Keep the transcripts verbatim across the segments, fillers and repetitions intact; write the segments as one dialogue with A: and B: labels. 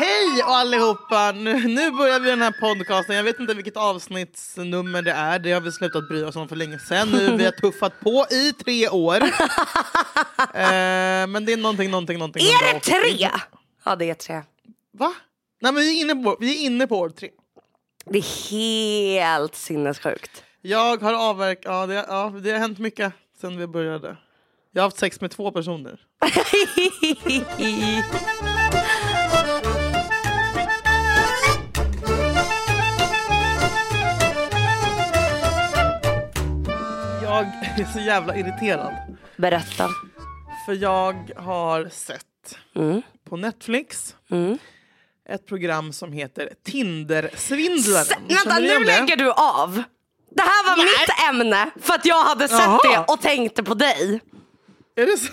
A: Hej allihopa! Nu, nu börjar vi den här podcasten. Jag vet inte vilket avsnittsnummer det är. Det har vi slutat bry oss om för länge sedan. Nu vi har tuffat på i tre år. eh, men det är någonting, någonting, någonting.
B: Är det tre? Ja, det är tre.
A: Va? Nej, men vi är inne på, vi är inne på år tre.
B: Det är helt sinnessjukt.
A: Jag har avverkat... Ja, det, ja, det har hänt mycket sedan vi började. Jag har haft sex med två personer. Jag är så jävla irriterad.
B: Berätta.
A: För jag har sett
B: mm.
A: på Netflix
B: mm.
A: ett program som heter Tinder-svindlaren.
B: S- Vänta, nu lägger du av. Det här var Nej. mitt ämne för att jag hade sett Jaha. det och tänkte på dig.
A: Är det så?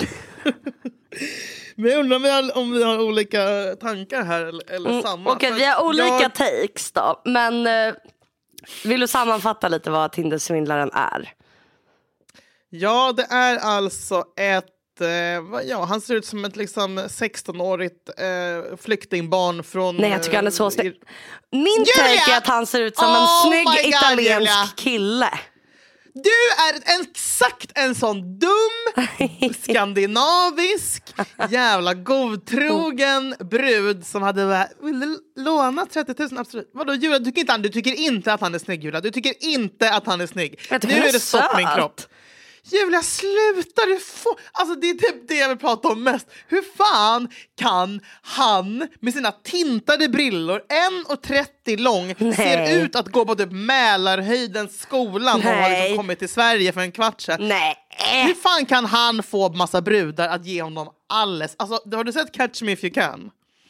A: Men jag undrar om vi har, om vi har olika tankar här eller, eller mm, samma.
B: Okej, okay, vi har olika
A: jag...
B: takes då. Men eh, vill du sammanfatta lite vad Tinder-svindlaren är?
A: Ja, det är alltså ett... Eh, ja, han ser ut som ett liksom sexton-årigt eh, flyktingbarn från...
B: Nej, jag tycker han är så snygg. Min
A: Julia!
B: take är att han ser ut som
A: oh
B: en snygg
A: God,
B: italiensk
A: Julia.
B: kille.
A: Du är en, exakt en sån dum, skandinavisk, jävla godtrogen brud som hade bara, ville låna trettio tusen, absolut. Vadå, Julia, du tycker, inte, du tycker inte att han är snygg, Julia. Du tycker inte att han är snygg. Nu är det stopp min kropp. Julia, sluta, du får... Alltså det är typ det jag vill prata om mest. Hur fan kan han med sina tintade brillor, en komma trettio lång, Nej. ser ut att gå på typ Mälarhöjdens skolan och har liksom kommit till Sverige för en kvart sedan.
B: Nej.
A: Hur fan kan han få massa brudar att ge honom alles? Alltså, har du sett Catch Me If You Can?
B: Uh,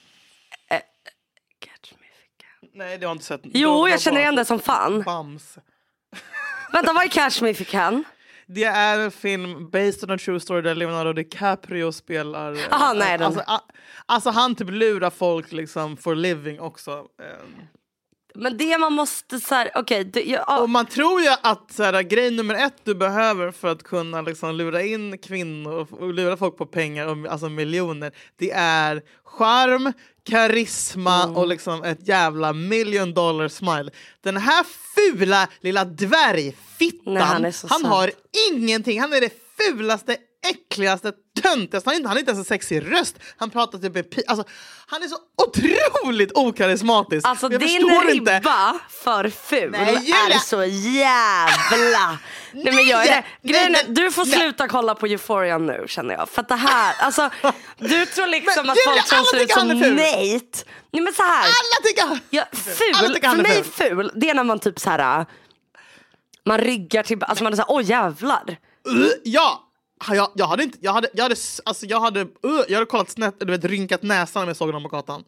B: catch Me If You Can?
A: Nej, det har jag inte sett.
B: Jo, jag känner igen det som fan.
A: Bams.
B: Vänta, vad är Catch Me If You Can?
A: Det är en film based on a true story där Leonardo DiCaprio spelar...
B: Aha, nej, den.
A: Alltså, a, alltså han typ lurar folk liksom for living också. Um.
B: Men det man måste så här, okej. Okay, ja.
A: Och man tror ju att så här, grej nummer ett du behöver för att kunna liksom lura in kvinnor och lura folk på pengar, och, alltså miljoner, det är charm, karisma mm. och liksom ett jävla million dollar smile. Den här fula lilla dvärgfittan, Nej, han, han har ingenting. Han är det fulaste, äckligaste, töntigaste. Han, han är inte ens en sexig röst. Han pratar typ en pi- alltså, han är så otroligt okarismatisk.
B: Alltså din ribba inte. för ful Nej, är så jävla... Nej, men jag är det. Grejen är, du får sluta kolla på Euphoria nu, känner jag. För att det här, alltså, du tror liksom men, att Julia, folk som ser ut som Nate. Nej, men så här.
A: Alla tycker han
B: ja, ful. För mig ful. ful, det är när man typ så här, man ryggar till, alltså man är så här, åh jävlar.
A: Uh, ja. Jag, jag hade inte, jag hade, jag hade, alltså jag hade, uh, jag hade kollat snett, du vet, rynkat näsan om jag såg honom på gatan.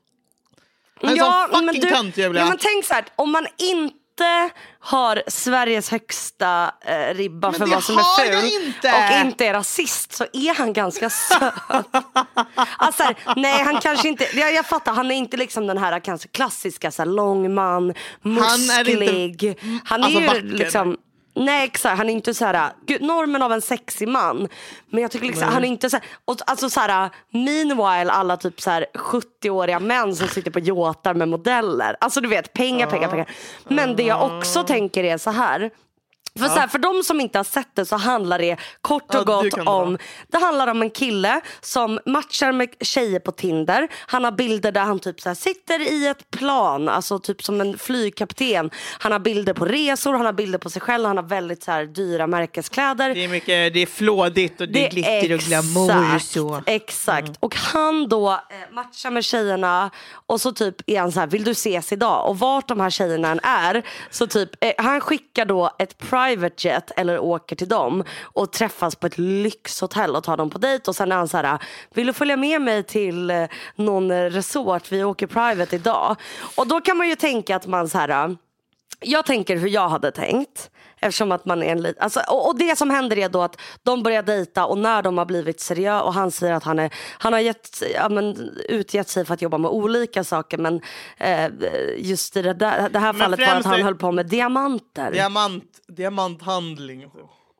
A: En
B: ja,
A: sån
B: men
A: fucking
B: du,
A: tönt, jävla.
B: Ja, men tänk så här, om man inte har Sveriges högsta eh, ribba men för vad som är ful inte. och inte är rasist, så är han ganska söt. Alltså här, nej, han kanske inte, jag, jag fattar, han är inte liksom den här kanske klassiska så här, lång man, musklig. Han är, inte, han är alltså, ju vacker. liksom Nej, exakt. Han är inte så här, gud, normen av en sexig man. Men jag tycker liksom, han är inte så här, och, alltså så här, meanwhile alla typ så här sjuttio-åriga män som sitter på yachter med modeller. Alltså du vet, pengar, pengar, pengar. Men det jag också tänker är så här. För, ja. så här, för de som inte har sett det så handlar det kort och ja, gott om det handlar om en kille som matchar med tjejer på Tinder. Han har bilder där han typ så här sitter i ett plan, alltså typ som en flygkapten. Han har bilder på resor, han har bilder på sig själv, han har väldigt så här dyra märkeskläder.
A: Det är mycket, det är flådigt och det, det är glitter och glamour och så.
B: Exakt. Mm. Och han då eh, matchar med tjejerna och så typ är han så här, vill du ses idag? Och vart de här tjejerna än är, så typ eh, han skickar då ett private jet eller åker till dem och träffas på ett lyxhotell och tar dem på dejt, och sen är han så här, vill du följa med mig till eh, någon resort, vi åker private idag. Och då kan man ju tänka att man så här, jag tänker hur jag hade tänkt, eftersom att man är en lit- alltså, och, och det som händer är då att de börjar dejta, och när de har blivit seriösa och han säger att han är han har gett, ja, men, utgett sig för att jobba med olika saker, men eh, just i det, där, det här men fallet var att han höll på med diamanter.
A: Diamant, diamanthandling.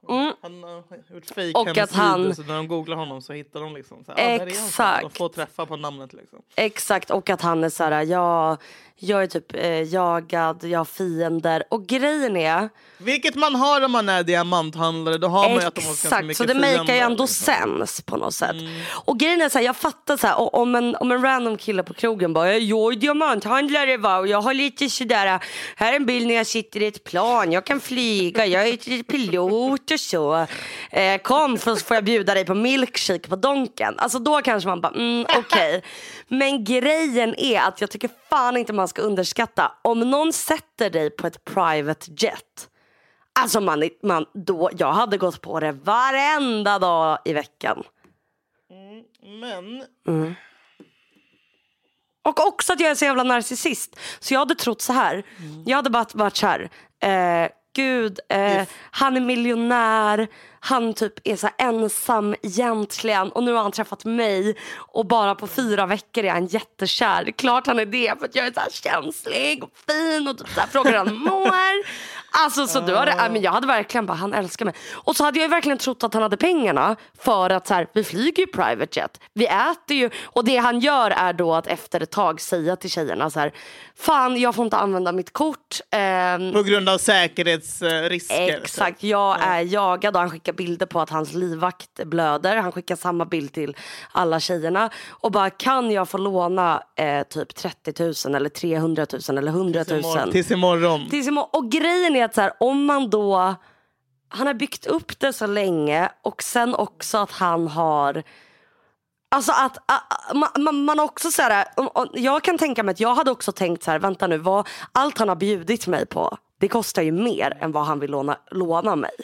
B: Mm.
A: Han har gjort fake
B: och att han...
A: så när de googlar honom så hittar de liksom så här,
B: exakt.
A: De får träffa på namnet liksom.
B: Exakt, och att han är så här, ja, jag är typ eh, jagad, jag har fiender. Och grejen är...
A: Vilket man har om man är diamanthandlare, då har man ju att de har ganska mycket
B: så det makar ju ändå
A: liksom.
B: Sens på något sätt. Mm. Och grejen är så här, jag fattar så här, om en, om en random kille på krogen bara, jag är diamanthandlare va, och jag har lite sådär, här är en bild när jag sitter i ett plan, jag kan flyga, jag är pilot och så. Eh, kom så får jag bjuda dig på milkshake på Donken. Alltså då kanske man bara, mm, okej. Okay. Men grejen är att jag tycker fan inte man ska underskatta om någon sätter dig på ett private jet. Alltså man, man då, jag hade gått på det varenda dag i veckan.
A: Mm, men...
B: Mm. Och också att jag är så jävla narcissist. Så jag hade trott så här. Mm. Jag hade bara varit så här. Eh, Gud, eh, yes. Han är miljonär. Han typ är så ensam egentligen. Och nu har han träffat mig. Och bara på fyra veckor är han jättekär. Klart han är det, för att jag är så här känslig och fin. Och typ så här frågar han mår. Alltså så du hade, äh, men jag hade verkligen bara, han älskar mig. Och så hade jag verkligen trott att han hade pengarna. För att så här, vi flyger ju private jet. Vi äter ju. Och det han gör är då att efter ett tag säga till tjejerna så här, fan, jag får inte använda mitt kort. Eh,
A: på grund av säkerhetsrisker.
B: Exakt, jag är jagad. Och han skickar bilder på att hans livvakt blöder. Han skickar samma bild till alla tjejerna. Och bara, kan jag få låna eh, typ trettio tusen eller trehundra tusen eller hundra tusen?
A: Tills imorgon.
B: Tills imorgon. Och grejen är att så här, om man då... Han har byggt upp det så länge. Och sen också att han har... Alltså att uh, man, man också så här, jag kan tänka mig att jag hade också tänkt så här, vänta nu, vad allt han har bjudit mig på, det kostar ju mer än vad han vill låna, låna mig.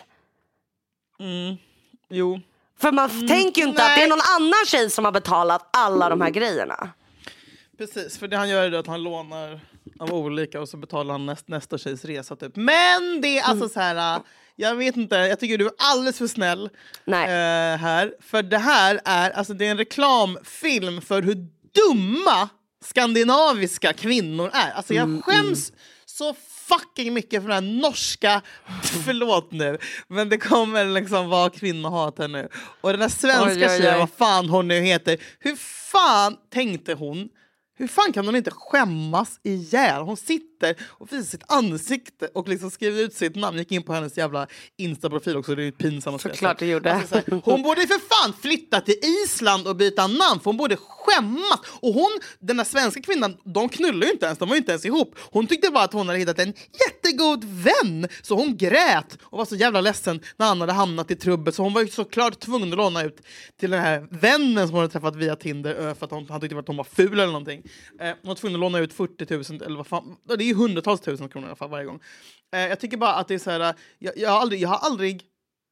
A: Mm. Jo.
B: För man mm, tänker ju inte nej. Att det är någon annan tjej som har betalat alla de här grejerna.
A: Precis, för det han gör är att han lånar av olika och så betalar han näst, nästa tjejs resa typ. Men det är alltså så här, jag vet inte, jag tycker du är alldeles för snäll
B: nej.
A: Eh, här. För det här är, alltså det är en reklamfilm för hur dumma skandinaviska kvinnor är. Alltså jag mm, skäms mm. så fucking mycket för den här norska, förlåt nu, men det kommer liksom vara kvinnohat här nu. Och den här svenska tjejen, vad fan hon nu heter, hur fan tänkte hon? Hur fan kan hon inte skämmas ihjäl? Hon sitter och visar sitt ansikte och liksom skriver ut sitt namn. Gick in på hennes jävla Insta-profil också. Det är ju pinsamt.
B: Såklart det gjorde.
A: Alltså, här, hon borde för fan flytta till Island och byta namn. För hon borde skämmas. Och hon, den här svenska kvinnan, de knullar ju inte ens. De var ju inte ens ihop. Hon tyckte bara att hon hade hittat en jättegod vän. Så hon grät och var så jävla ledsen när han hade hamnat i trubbel. Så hon var ju såklart tvungen att låna ut till den här vännen som hon hade träffat via Tinder. För att hon, han tyckte att hon var ful eller någonting. Eh, hon var tvungen att låna ut fyrtio tusen eller vad fan, det är ju hundratals tusen kronor i alla fall varje gång. Eh, jag tycker bara att det är så här, jag, jag, har aldrig, jag har aldrig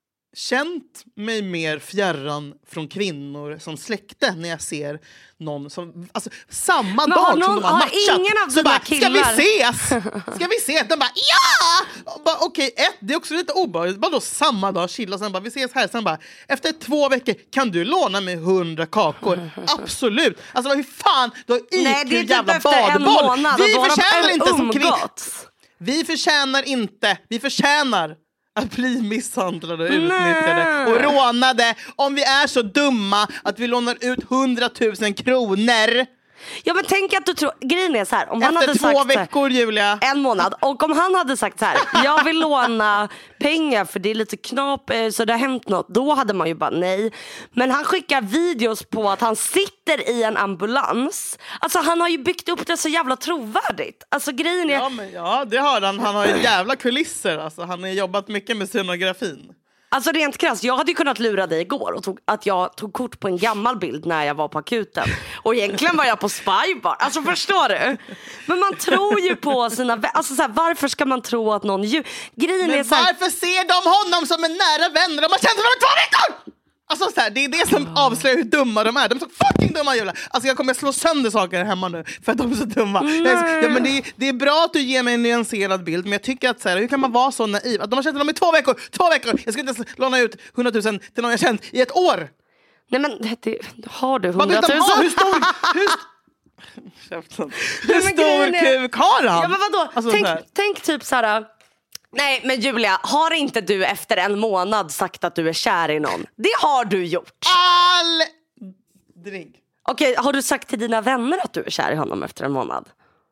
A: känt mig mer fjärran från kvinnor som släkte när jag ser någon som, alltså samma
B: men
A: dag
B: någon,
A: som de har matchat.
B: Ingen av
A: så bara,
B: killar.
A: ska vi ses? Ska vi ses? De bara, ja! Okej, okay, ett, det är också lite obehagligt. Bara då samma dag chilla, sen bara, vi ses här. Sen bara, efter två veckor, kan du låna mig hundra kakor? Absolut. Alltså hur fan, du har I Q jävla badboll. Vi förtjänar inte som kvinnor. Vi förtjänar inte, vi förtjänar att bli misshandlade och utnyttjade Nej. och rånade om vi är så dumma att vi lånar ut hundratusen kronor.
B: Ja men tänk att du tror, grejen är så här, om han
A: efter
B: hade
A: två
B: sagt
A: veckor
B: här,
A: Julia.
B: En månad, och om han hade sagt så här, jag vill låna pengar för det är lite knap så det har hänt något, då hade man ju bara nej. Men han skickar videos på att han sitter i en ambulans. Alltså han har ju byggt upp det så jävla trovärdigt. Alltså grejen är
A: Ja men ja, det har han, han har ju jävla kulisser. Alltså han har jobbat mycket med scenografin.
B: Alltså rent krasst, jag hade ju kunnat lura dig igår och tog, att jag tog kort på en gammal bild när jag var på akuten. Och egentligen var jag på Spybar. Alltså förstår du? Men man tror ju på sina vänner. Alltså så här, varför ska man tro att någon ju... Grejen
A: Men
B: är så här...
A: varför ser de honom som en nära vän? De har känt honom i två veckor! Alltså så här, det är det som avslöjar hur dumma de är. De är så fucking dumma, Julia. Alltså jag kommer slå sönder saker hemma nu för att de är så dumma. Jag, ja, men det, är, det är bra att du ger mig en nyanserad bild, men jag tycker att så här, hur kan man vara så naiv? Att de har känt honom i två veckor. Två veckor! Jag ska inte ens låna ut hundratusen till någon jag känt i ett år.
B: Nej men, det, har du hundratusen?
A: Ha, hur stor... Hur st- hur stor kuk har han?
B: Ja, men vadå?
A: Alltså,
B: tänk, tänk typ så här... Nej, men Julia, har inte du efter en månad sagt att du är kär i någon? Det har du gjort.
A: Aldrig.
B: Okej, har du sagt till dina vänner att du är kär i honom efter en månad?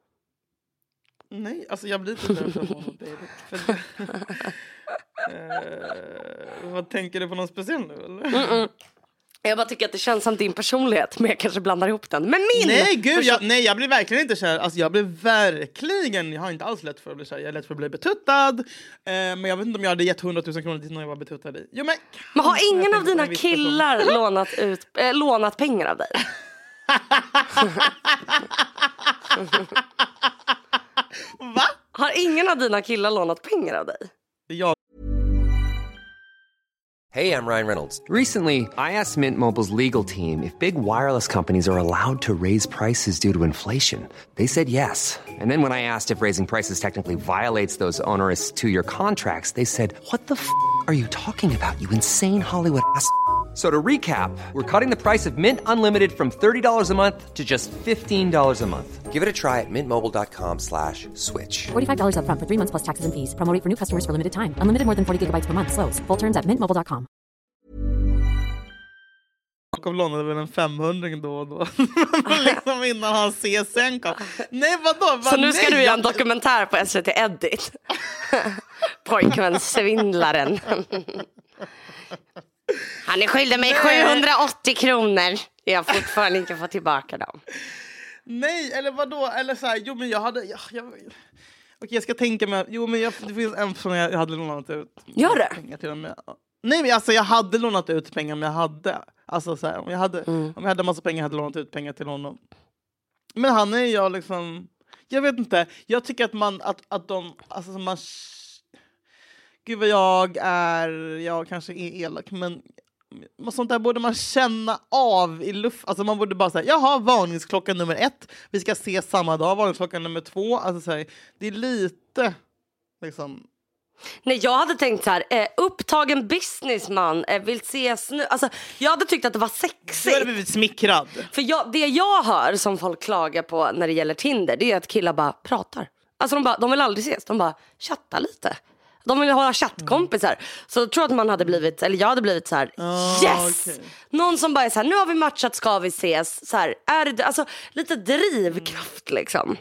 A: Nej, alltså jag blir inte kär efter en månad. För uh, vad tänker du på någon speciell nu, eller?
B: Mm-mm. Jag bara tycker att det känns som din personlighet, men jag kanske blandar ihop den. Men min
A: nej, gud,
B: person-
A: jag, nej, jag blir verkligen inte kär. Alltså jag blir verkligen, jag har inte alls lätt för att bli kär. Jag är lätt för att bli betuttad. Eh, men jag vet inte om jag hade gett hundratusen kronor till någon jag var betuttad i. Jo, men,
B: men har ingen av dina killar lånat, ut, äh, lånat pengar av dig?
A: Va?
B: Har ingen av dina killar lånat pengar av dig?
A: Ja.
C: Hey, I'm Ryan Reynolds. Recently, I asked Mint Mobile's legal team if big wireless companies are allowed to raise prices due to inflation. They said yes. And then when I asked if raising prices technically violates those onerous two-year contracts, they said, what the f*** are you talking about, you insane Hollywood ass f- So to recap, we're cutting the price of Mint Unlimited from thirty dollars a month to just fifteen dollars a month. Give it a try at mintmobile.com slash switch.
D: forty-five dollars up front for three months plus taxes and fees. Promo rate for new customers for limited time. Unlimited more than forty gigabytes per month. Slows full terms at mint mobile dot com.
A: Jakob lånade väl en femhundring då och då. Liksom innan han C S N kom. Nej, vadå?
B: Så nu ska
A: nej,
B: du göra en
A: jag...
B: dokumentär på S V T Edit. Pojkvän svindlaren. Han är skyldig mig sjuhundraåttio kronor. Jag har fortfarande inte fått tillbaka dem.
A: Nej, eller vadå? Eller så här, jo men jag hade... Jag, jag... Okej, jag ska tänka mig... Jo, men jag, det finns en som jag hade lånat ut.
B: Gör det?
A: Pengar till dem. Nej, men alltså jag hade lånat ut pengar om jag hade. Alltså så här, om jag hade, mm. om jag hade massa pengar hade jag lånat ut pengar till honom. Men han är jag liksom... Jag vet inte. Jag tycker att man... Att, att de... Alltså man... Gud vad jag är... Jag kanske är elak, men... Sånt där borde man känna av i luft. Alltså man borde bara säga, jaha, varningsklocka nummer ett. Vi ska se samma dag, varningsklocka nummer två. Alltså så här, det är lite liksom...
B: Nej, jag hade tänkt så här, eh, upptagen businessman eh, vill ses nu. Alltså, jag hade tyckt att det var sexigt.
A: Du hade blivit smickrad.
B: För jag, det jag hör som folk klagar på när det gäller Tinder, det är att killar bara pratar. Alltså de, bara, de vill aldrig ses, de bara chattar lite. De vill ha chattkompisar. Mm. Så jag tror att man hade blivit, eller jag hade blivit så här, oh, yes! Okay. Någon som bara är så här, nu har vi matchat, ska vi ses? Så här, är det, alltså lite drivkraft mm. liksom.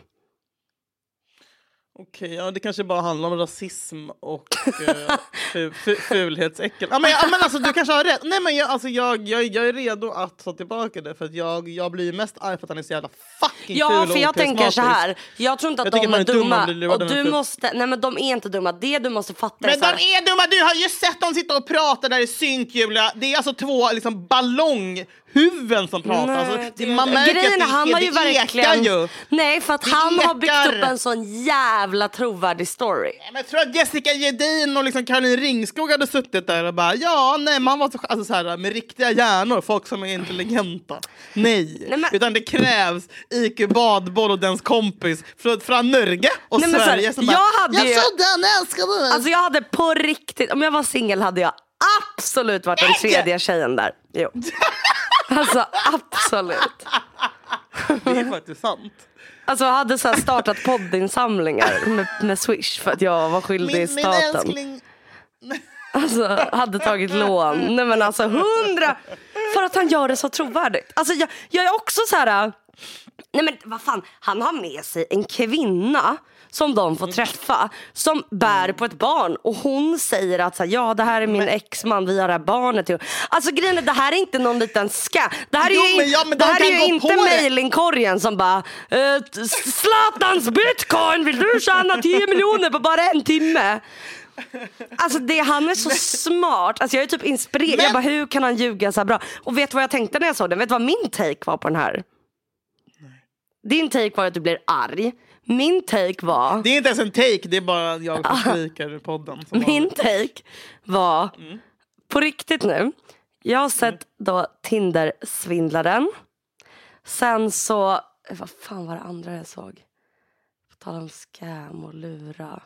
A: Okej, okay, ja, det kanske bara handlar om rasism och uh, fu- fu- fulhetsäckel. Ja, men, ja, men alltså, du kanske har rätt. Nej, men jag, alltså, jag, jag, jag är redo att ta tillbaka det. För att jag, jag blir mest arg för att han är så jävla fucking
B: ja,
A: ful.
B: Ja, för jag tänker så här. Jag tror inte att jag de är dumma. dumma och du måste, nej, men de är inte dumma. Det du måste fatta
A: men
B: är så här.
A: de är dumma. Du har ju sett dem sitta och prata där i synk, Julia. Det är alltså två liksom, ballonghuvuden som pratar. Nej, alltså, det, man märker grejen, att det, han det, har ju det verkligen, ju.
B: Nej, för att det han ekar. Har byggt upp en sån jävla trovärdig story.
A: Ja, men jag tror att Jessica Gedin och liksom Caroline Ringskog hade suttit där och bara, ja, nej, man var så, alltså, så här, med riktiga hjärnor, folk som är intelligenta. Nej, nej men... utan det krävs I Q Badboll och dens kompis från, från Norge och nej, Sverige som
B: jag
A: bara,
B: hade
A: jag
B: ju...
A: trodde han älskade mig.
B: Alltså jag hade på riktigt, om jag var singel hade jag absolut varit den tredje tjejen där. Jo. Alltså absolut.
A: Det är faktiskt sant.
B: Alltså jag hade så här startat poddinsamlingar med, med Swish för att jag var skyldig i staten. Min älskling. Alltså hade tagit lån. Nej men alltså hundra. För att han gör det så trovärdigt. Alltså jag, jag är också så här. Nej men vad fan. Han har med sig en kvinna som de får träffa, som bär på ett barn, och hon säger att så här, ja, det här är min men... exman, vi har det här barnet till. Alltså grejen är, det här är inte någon liten ska. Det här är jo, ju, in... ja, det här är ju inte mailinkorgen som bara uh, Zlatans bitcoin, vill du tjäna tio miljoner på bara en timme? Alltså det, han är så men... smart. Alltså jag är typ inspirerad. Men... Jag bara, hur kan han ljuga så här bra? Och vet vad jag tänkte när jag såg det? Vet vad min take var på den här? Nej. Din take var att du blir arg. Min take var...
A: Det är inte ens en take, det är bara jag som skriker i podden.
B: Min har... take var... Mm. På riktigt nu. Jag har sett mm. då Tinder-svindlaren. Sen så... Vad fan var det andra jag såg? På tal om scam och lura.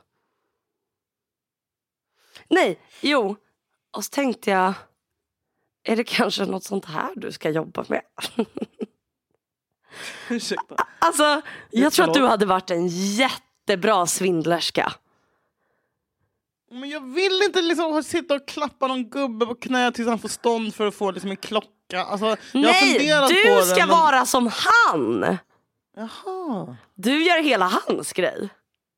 B: Nej, jo. Och så tänkte jag... Är det kanske något sånt här du ska jobba med?
A: Ursäkta.
B: Alltså, jag tror att du hade varit en jättebra svindlerska.
A: Men jag vill inte liksom sitta och klappa någon gubbe på knä tills han får stånd för att få liksom en klocka. Alltså, jag
B: Nej, du ska det, men... vara som han.
A: Jaha.
B: Du gör hela hans grej.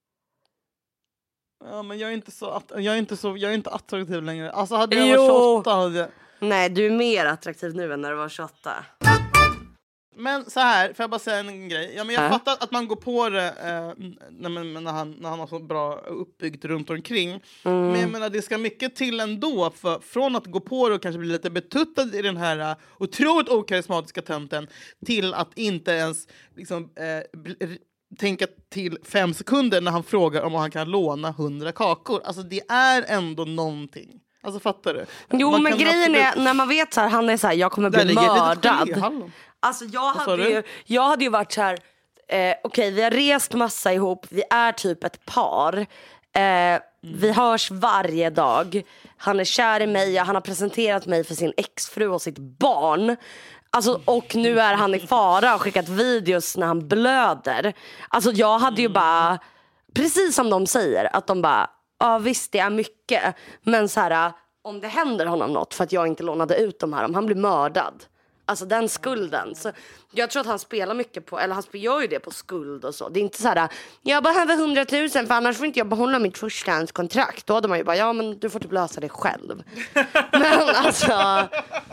A: Ja, men jag är inte så att, jag är inte så jag är inte attraktiv längre. Alltså hade jag
B: jo.
A: varit tjugoåtta hade jag...
B: Nej, du är mer attraktiv nu än när du var tjugoåtta.
A: Men så här, får jag bara säga en grej. Ja, men jag äh? fattar att man går på det eh, när, när, han, när han har så bra uppbyggt runt omkring. Mm. Men jag menar, det ska mycket till ändå. För, från att gå på det och kanske bli lite betuttad i den här uh, otroligt okarismatiska tönten till att inte ens liksom, eh, bli, tänka till fem sekunder när han frågar om han kan låna hundra kakor. Alltså det är ändå någonting. Alltså fattar du?
B: Jo,
A: man
B: men grejen är, när man vet så här, han är så här, jag kommer bli mördad. Alltså jag hade, ju, jag hade ju varit så här, eh, okej okay, vi har rest massa ihop, vi är typ ett par. Eh, mm. Vi hörs varje dag. Han är kär i mig, han har presenterat mig för sin exfru och sitt barn. Alltså, och nu är han i fara och skickat videos när han blöder. Alltså jag hade ju bara, precis som de säger, att de bara, ja visst det är mycket. Men så här, om det händer honom något för att jag inte lånade ut de här, om han blir mördad. Alltså den skulden. Så jag tror att han spelar mycket på, eller han gör ju det på skuld och så. Det är inte så här, jag behöver hundratusen för annars får inte jag behålla mitt förstahandskontrakt. Då hade man ju bara, ja men du får typ lösa det själv. Men alltså...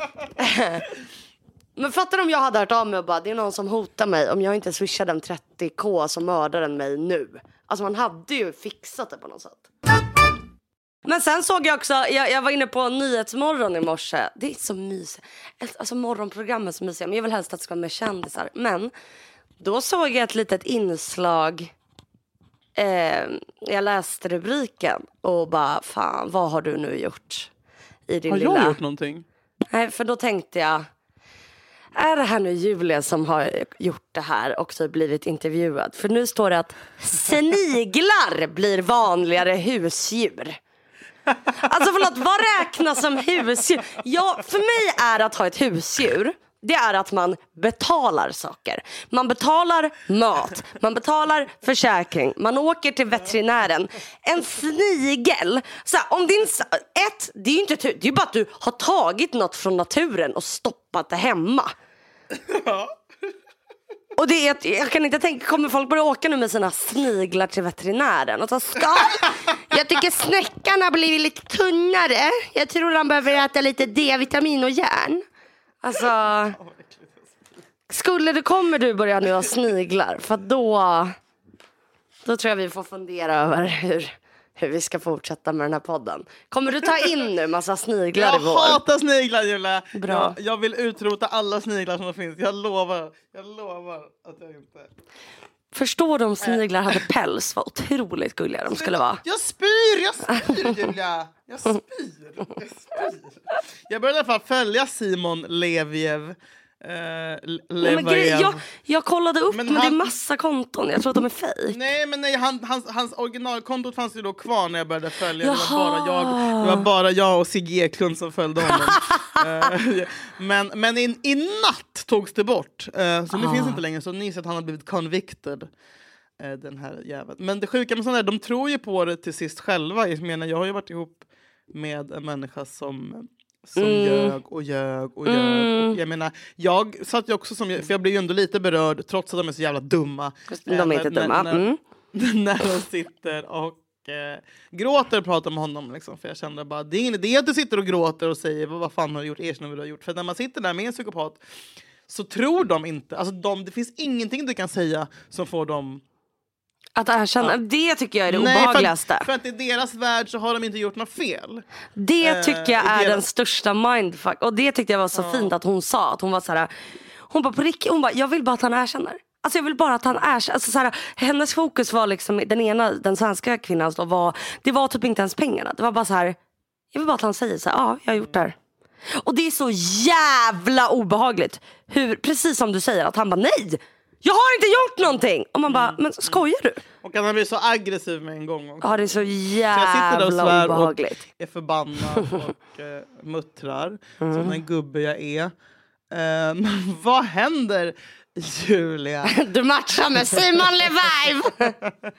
B: Men fattar om jag hade hört av mig och bara, det är någon som hotar mig. Om jag inte swishar den trettio k som mördar den mig nu. Alltså man hade ju fixat det på något sätt. Men sen såg jag också, jag, jag var inne på Nyhetsmorgon i morse. Det är så mysigt. Alltså morgonprogrammet är så mysigt. Men jag vill helst att det ska vara med kändisar. Men då såg jag ett litet inslag. Eh, jag läste rubriken och bara, fan, vad har du nu gjort? I din
A: har
B: lilla...
A: jag gjort någonting?
B: Nej, för då tänkte jag, är det här nu Julia som har gjort det här och så blivit intervjuad? För nu står det att sniglar blir vanligare husdjur. Alltså förlåt, vad räknas som husdjur? Ja, för mig är att ha ett husdjur, det är att man betalar saker. Man betalar mat, man betalar försäkring, man åker till veterinären. En snigel, så här, om din ett, det är ju inte tur, det är ju bara att du har tagit något från naturen och stoppat det hemma. Och det är att, jag kan inte tänka, kommer folk börja åka nu med sina sniglar till veterinären och så ska, jag tycker snäckarna har blivit lite tunnare. Jag tror de behöver äta lite D-vitamin och järn. Alltså, skulle det kommer du börja nu ha sniglar, för då då tror jag vi får fundera över hur hur vi ska fortsätta med den här podden. Kommer du ta in nu massa sniglar
A: jag
B: i vår?
A: Jag hatar sniglar, Julia.
B: Bra.
A: Jag, jag vill utrota alla sniglar som finns. Jag lovar. Jag lovar att jag inte...
B: Förstår du om sniglar hade päls? Vad otroligt gulliga de skulle vara.
A: Jag spyr, jag spyr, Julia. Jag spyr. Jag spyr. Jag började i alla fall följa Simon Leviev. Uh,
B: nej, men jag, jag kollade upp, men, men han, det är massa konton. Jag tror att de är fake.
A: Nej, men nej, han, hans, hans originalkontot fanns ju då kvar när jag började följa. Det var, bara jag, det var bara jag och Sigge Eklund som följde honom. uh, men men i, i natt togs det bort. uh, Så nu ah. finns det inte längre. Så ni ser att han har blivit convicted, uh, den här jäveln. Men det sjuka med sånt där, de tror ju på det till sist själva. Jag menar, jag har ju varit ihop med en människa som Som mm. ljög och ljög och ljög. Mm. Och jag menar, jag satt ju också som, för jag blev ju ändå lite berörd trots att de är så jävla dumma.
B: De är inte
A: när,
B: dumma.
A: När,
B: mm.
A: när de sitter och eh, gråter och pratar med honom. Liksom, för jag kände bara, det är ingen idé att du sitter och gråter och säger vad, vad fan har du gjort, erkänn vad du har gjort. För när man sitter där med en psykopat så tror de inte, alltså de, det finns ingenting du kan säga som får dem
B: att erkänna, ja. Det tycker jag är det
A: Nej,
B: obehagligaste.
A: För att, för att i deras värld så har de inte gjort något fel.
B: Det tycker jag är deras... den största mindfuck. Och det tyckte jag var så ja. fint att hon sa. Att hon var så här, hon bara på riktigt, hon bara, jag vill bara att han erkänner. Alltså jag vill bara att han erkänner. Alltså så här, hennes fokus var liksom, den ena, den svenska kvinnan då var, det var typ inte ens pengarna. Det var bara så här, jag vill bara att han säger så här, ja, jag har gjort det här. Och det är så jävla obehagligt. Hur, precis som du säger, att han bara, nej! Jag har inte gjort någonting. Och man bara, men skojar du?
A: Och han blir så aggressiv med en gång också.
B: Ja, det är så jävla så jag obehagligt.
A: Och är förbannad och uh, muttrar. Mm. Som en gubbe jag är. Uh, vad händer Julia.
B: Du matchar med Simon Levive.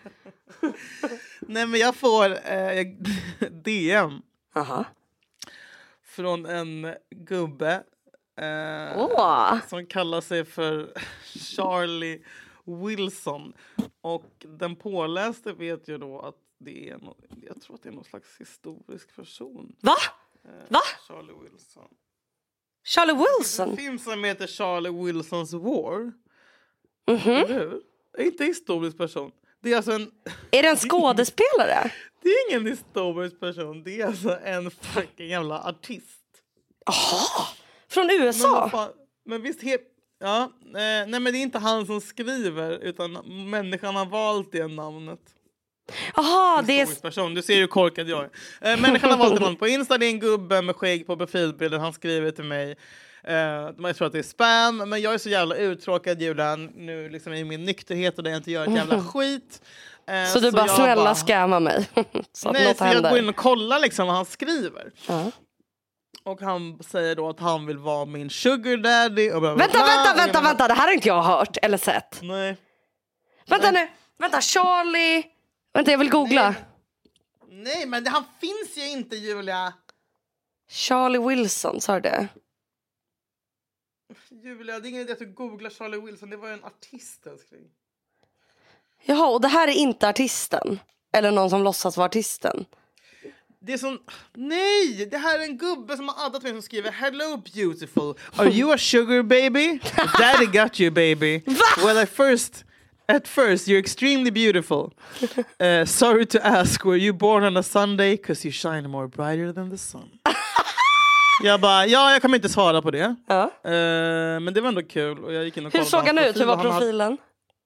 A: Nej, men jag får eh, D M.
B: Aha.
A: Från en gubbe eh,
B: oh.
A: som kallar sig för Charlie Wilson. Och den påläste vet ju då att det är no- jag tror att det är någon slags historisk person.
B: Va?
A: Eh,
B: Va?
A: Charlie Wilson.
B: Charlie Wilson?
A: En film som heter Charlie Wilson's War.
B: Mm-hmm.
A: Eller hur? Det är inte en historisk person. Det är alltså en...
B: Är det en skådespelare?
A: Det är ingen historisk person. Det är alltså en fucking jävla artist.
B: Jaha, från U S A?
A: Men, fan, men visst, he- ja, eh, nej men det är inte han som skriver utan människan har valt det namnet.
B: Jaha, det är...
A: Person. Du ser hur korkad jag är. Eh, människan har valt det namnet på Insta. Det är en gubbe med skägg på profilbilden. Han skriver till mig. Eh, jag tror att det är spam. Men jag är så jävla uttråkad, Julian. Nu liksom i min nykterhet och det jag inte gör ett jävla skit. Eh,
B: så du
A: så
B: bara, snälla
A: bara...
B: scamma mig. Så
A: nej, så
B: händer.
A: jag går in och kollar liksom vad han skriver.
B: Uh-huh.
A: Och han säger då att han vill vara min sugar daddy. Och bla bla
B: vänta,
A: bla.
B: vänta,
A: och
B: vänta,
A: bara...
B: vänta. Det här har inte jag hört eller sett.
A: Nej.
B: Vänta
A: nej.
B: nu. Vänta, Charlie. Vänta, jag vill googla.
A: Nej, nej men det, han finns ju inte, Julia.
B: Charlie Wilson, sa du det?
A: Julia, det är ingen idé att du googlar Charlie Wilson. Det var ju en artist, älskling.
B: Jaha, och det här är inte artisten? Eller någon som låtsas vara artisten?
A: Det är som... Nej! Det här är en gubbe som har addat mig som skriver hello beautiful. Are you a sugar baby? Daddy got you baby.
B: Va?
A: Well, at first... At first, you're extremely beautiful. Uh, sorry to ask, were you born on a Sunday? Because you shine more brighter than the sun. Jag bara, ja, jag kommer inte svara på det.
B: Ja.
A: Uh, men det var ändå kul. Och jag gick in och
B: hur såg han ut? Hur var profilen?
A: Hade...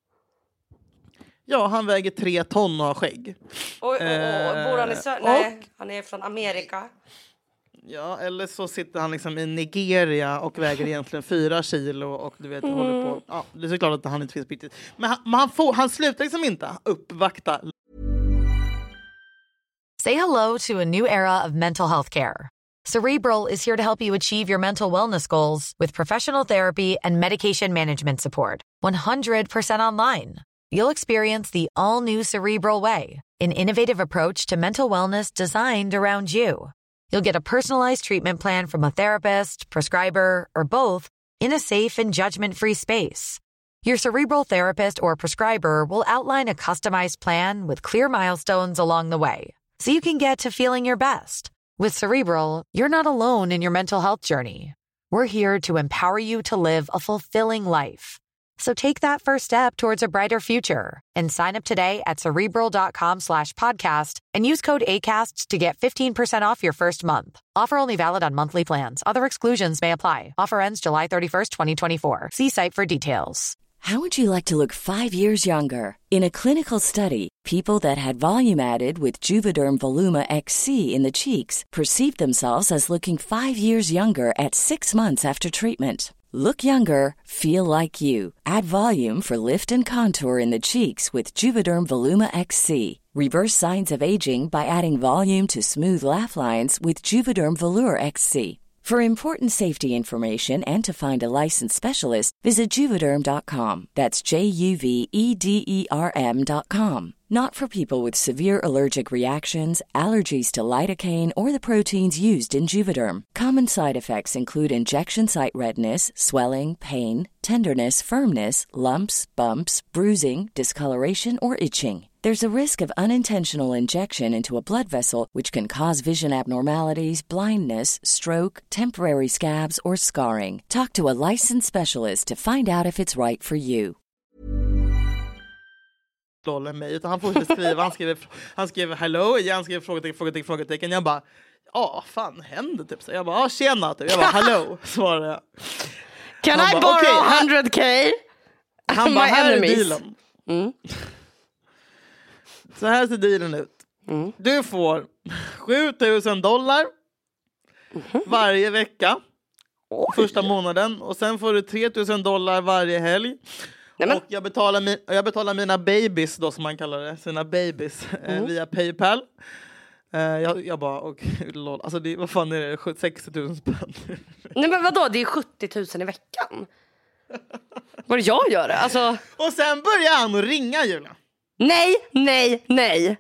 A: Ja, han väger tre ton och har skägg.
B: Oj, oj, oj. Bor han i Sö- Nej, han är från Amerika.
A: Ja, eller så sitter han liksom i Nigeria och väger egentligen fyra kilo och du vet, mm. håller på. Ja, det är såklart att han inte finns på riktigt. Men han, men han, får, han slutar liksom inte uppvakta.
E: Say hello to a new era of mental health care. Cerebral is here to help you achieve your mental wellness goals with professional therapy and medication management support. one hundred percent online. You'll experience the all-new Cerebral Way, an innovative approach to mental wellness designed around you. You'll get a personalized treatment plan from a therapist, prescriber, or both in a safe and judgment-free space. Your Cerebral therapist or prescriber will outline a customized plan with clear milestones along the way, so you can get to feeling your best. With Cerebral, you're not alone in your mental health journey. We're here to empower you to live a fulfilling life. So take that first step towards a brighter future and sign up today at Cerebral.com slash podcast and use code ACAST to get fifteen percent off your first month. Offer only valid on monthly plans. Other exclusions may apply. Offer ends July thirty-first, twenty twenty-four. See site for details.
F: How would you like to look five years younger? In a clinical study, people that had volume added with Juvederm Voluma X C in the cheeks perceived themselves as looking five years younger at six months after treatment. Look younger, feel like you. Add volume for lift and contour in the cheeks with Juvederm Voluma X C. Reverse signs of aging by adding volume to smooth laugh lines with Juvederm Volure X C. For important safety information and to find a licensed specialist, visit Juvederm dot com. That's J U V E D E R M dot com. Not for people with severe allergic reactions, allergies to lidocaine, or the proteins used in Juvederm. Common side effects include injection site redness, swelling, pain, tenderness, firmness, lumps, bumps, bruising, discoloration, or itching. There's a risk of unintentional injection into a blood vessel, which can cause vision abnormalities, blindness, stroke, temporary scabs, or scarring. Talk to a licensed specialist to find out if it's right for you.
A: Mig, utan han fortsätter skriva, han skriver, han skriver hello, han skriver frågetecken, frågetecken, frågetecken. Jag bara, ja, fan händer typ så. Jag bara, ja, tjena typ. Jag bara, hello, svarar jag.
B: Can
A: han
B: I
A: bara,
B: borrow
A: okay,
B: hundred K?
A: Han bara, här
B: enemies.
A: är dealen.
B: Mm.
A: Så här ser dealen ut.
B: Mm.
A: Du får sjutusen dollar mm. varje vecka. Oj. Första månaden. Och sen får du tretusen dollar varje helg. Nej, och jag betalar, min, jag betalar mina babies då, som man kallar det, sina babies mm. eh, via PayPal. Eh, jag, jag bara, okej, okay, alltså det, vad fan är det, sextio tusen spänn?
B: Nej men vadå, det är sjuttio tusen i veckan. Vad jag gör det? Alltså...
A: Och sen börjar han att ringa, Julia.
B: Nej, nej, nej.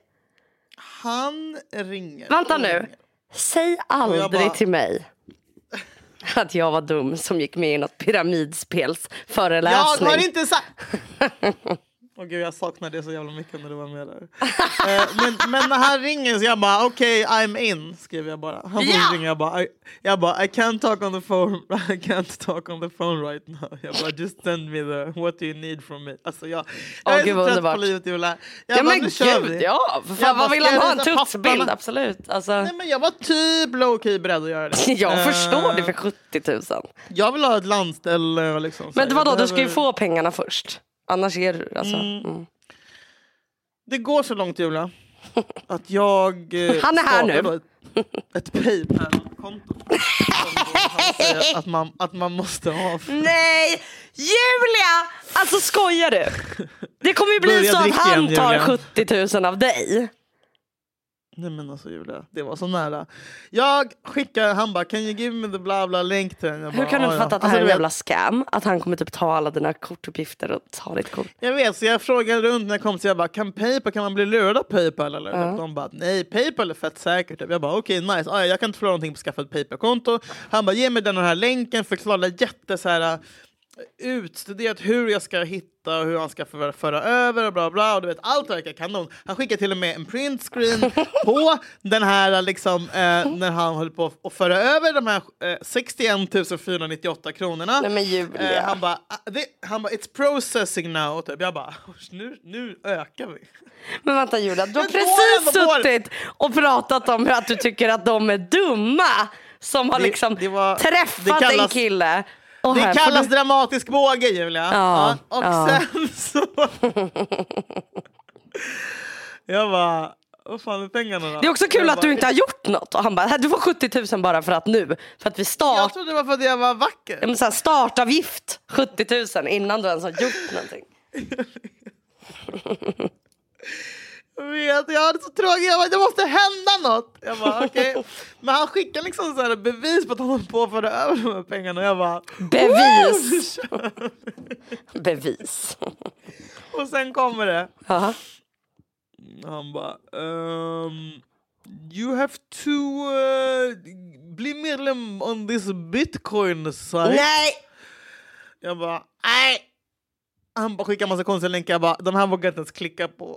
A: Han ringer.
B: Vänta nu.
A: Ringer.
B: Säg aldrig
A: bara...
B: till mig att jag var dum som gick med i något pyramidspelsföreläsning.
A: Jag har inte sagt... Åh gud, jag saknar det så jävla mycket när du var med där. eh, men, men när han ringer så jag bara, okej, okay, I'm in, skriver jag bara. Han yeah! ringer, jag bara, I, jag bara, I can't talk on the phone, I can't talk on the phone right now. Jag bara, just send me the, what do you need from me? Alltså jag, jag
B: oh,
A: är
B: gud,
A: så trött
B: underbart.
A: på livet, Julia. Jag
B: ja
A: bara,
B: men
A: nu kör
B: gud,
A: vi.
B: ja. För fan, vad vill han ha? En tutsbild, absolut. Alltså...
A: Nej men jag var typ low-key beredd att göra det.
B: jag
A: uh,
B: förstår det för sjuttio tusen.
A: Jag vill ha ett landställe liksom.
B: Men det var då,
A: behöver...
B: du ska ju få pengarna först. Annars är du, alltså... Mm. Mm. Det
A: går så långt, Julia, att jag eh,
B: han är här nu.
A: Ett, ett PayPal-konto. Han säger att man, att man måste ha.
B: Nej, Julia! Alltså skojar du? Det kommer ju bli så att han igen, tar sjuttio tusen av dig.
A: Nej men alltså Julia, det var så nära. Jag skickar, han bara, can you give me the bla bla länk till den? Jag
B: Hur
A: bara,
B: kan du inte fatta
A: ja.
B: att det här
A: alltså,
B: är en jävla scam? Att han kommer typ ta alla dina kortuppgifter och ta ditt kort.
A: Jag vet, så jag frågade runt när jag kom så jag bara, kan Paypal, kan man bli lurad av Paypal eller?
B: Uh.
A: De bara, nej, Paypal är fett säkert. Jag bara, okej, okay, nice. Ah, jag kan inte förlora någonting på att skaffa ett Paypal-konto. Han bara, ge mig den här länken, förklara jätte så här utstuderat hur jag ska hitta och hur han ska föra, föra över och bla bla och du vet allt verkar kanon. Han skickar till och med en printscreen på den här liksom eh, när han höll på att föra över de här eh, sextioen tusen fyrahundranittioåtta kronorna.
B: Nej men Julia.
A: Eh, han bara han bara it's processing now typ. Jag bara nu nu ökar vi.
B: Men vänta Julia, du har precis suttit och pratat om hur att du tycker att de är dumma som har det, liksom det var, träffat kallas, en kille. Oh,
A: det kallas du... dramatisk båge, Julia.
B: Ja,
A: ja, och
B: ja.
A: sen så... jag bara, vad fan är pengarna då?
B: Det är också kul
A: jag
B: att
A: bara...
B: du inte har gjort något. Och han bara, du får sjuttio tusen bara för att nu. För att vi start...
A: Jag trodde det var för att jag var vacker.
B: Ja, men så här, startavgift sjuttio tusen innan du ens har gjort någonting.
A: Jag vet, jag hade så tråkigt. Jag bara, det måste hända något. Jag bara, okej. Okay. Men han skickar liksom så här bevis på att han håller på att föra över de här pengarna. Och jag bara,
B: bevis. bevis.
A: Och sen kommer det.
B: Aha.
A: Han bara, um, you have to uh, bli medlem on this Bitcoin site.
B: Nej. Jag
A: bara, nej. Han bara skickar massa konstiga länkar. Jag bara, de här vågar jag inte ens klicka på.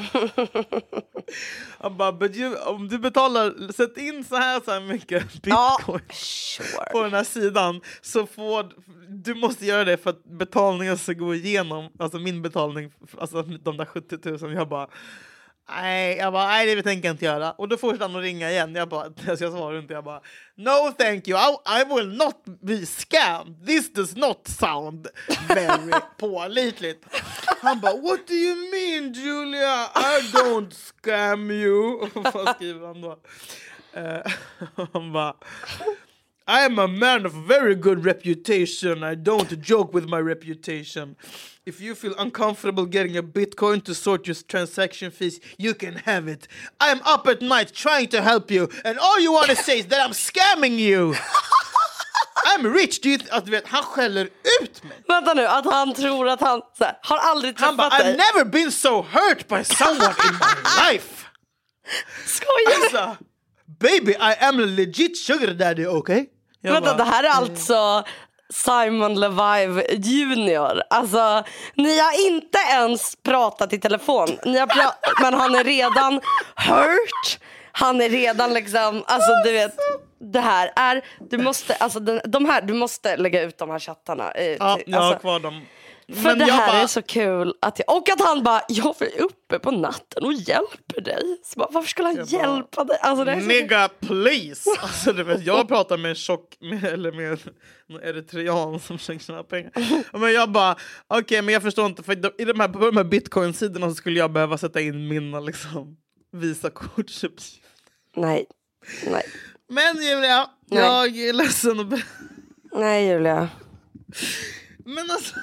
A: Han bara, but you, om du betalar, sätt in så här, så här mycket bitcoin
B: ja, sure.
A: på den här sidan. Så får, du måste göra det för att betalningen ska gå igenom. Alltså min betalning, alltså de där sjuttio tusen. Jag bara, nej, jag bara, nej det tänker jag inte göra. Och då fortsatte han att ringa igen. Jag bara, jag svarar inte. Jag bara, no thank you, I, I will not be scammed. This does not sound very pålitligt. Han bara, what do you mean Julia? I don't scam you. Vad skriver han då? Uh, han bara, I am a man of very good reputation. I don't joke with my reputation. If you feel uncomfortable getting a Bitcoin to sort your transaction fees, you can have it. I am up at night trying to help you, and all you want to say is that I'm scamming you. I'm rich. Do you th- att du vet, han skäller ut mig.
B: Vänta nu, att han tror att han så här, har aldrig träffat
A: han ba,
B: dig.
A: I've never been so hurt by someone in my life.
B: Skojar du?
A: Alltså, baby, I am a legit sugar daddy, okay?
B: Vänta, bara, det här är alltså Simon Levive junior. Alltså, ni har inte ens pratat i telefon. Ni har pra- men han är redan hurt. Han är redan liksom, alltså du vet, det här är, du måste, alltså den, de här, du måste lägga ut de här chattarna. Eh,
A: ja,
B: till,
A: jag har
B: alltså,
A: kvar dem.
B: För
A: men
B: det här
A: bara...
B: är så kul att jag, och att han bara, jag är uppe på natten och hjälper dig. Så bara, varför skulle han jag hjälpa bara, dig? Alltså, det är
A: nigga, så... please. Alltså, du vet, jag pratar med en tjock med, eller med en eritrean som försöker tjäna pengar. Men jag bara, okej, okay, men jag förstår inte. För i de här, på de här bitcoin-sidorna så skulle jag behöva sätta in mina liksom, Visa-kort.
B: Nej, nej.
A: Men Julia, nej. Jag är ledsen att be-
B: Nej Julia.
A: Men alltså,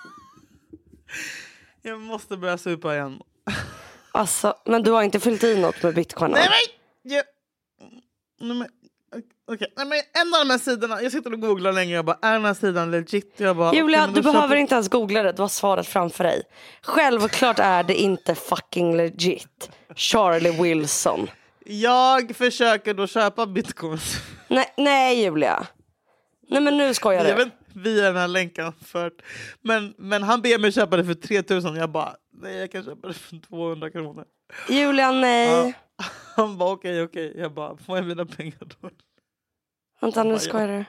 A: jag måste börja supa igen.
B: Alltså, men du har inte fyllt i något med bitcoin?
A: Nej men, jag, nej, men Okej, okay. Men en av de här sidorna, jag sitter och googlar länge, jag bara, är den här sidan legit? Jag bara,
B: Julia,
A: okay,
B: du behöver
A: köper...
B: inte ens googla det, du har svaret framför dig. Självklart är det inte fucking legit. Charlie Wilson.
A: Jag försöker då köpa bitcoins.
B: Nej, nej Julia. Nej men nu skojar du.
A: Jag vet, via den här länken fört. Men, men han ber mig köpa det för tre tusen. Jag bara, nej jag kan köpa det för tvåhundra kronor.
B: Julia, nej.
A: Ja, han bara okej, okay, okej. Okay. Jag bara, får jag mina pengar då?
B: Vänta, nu skojar du.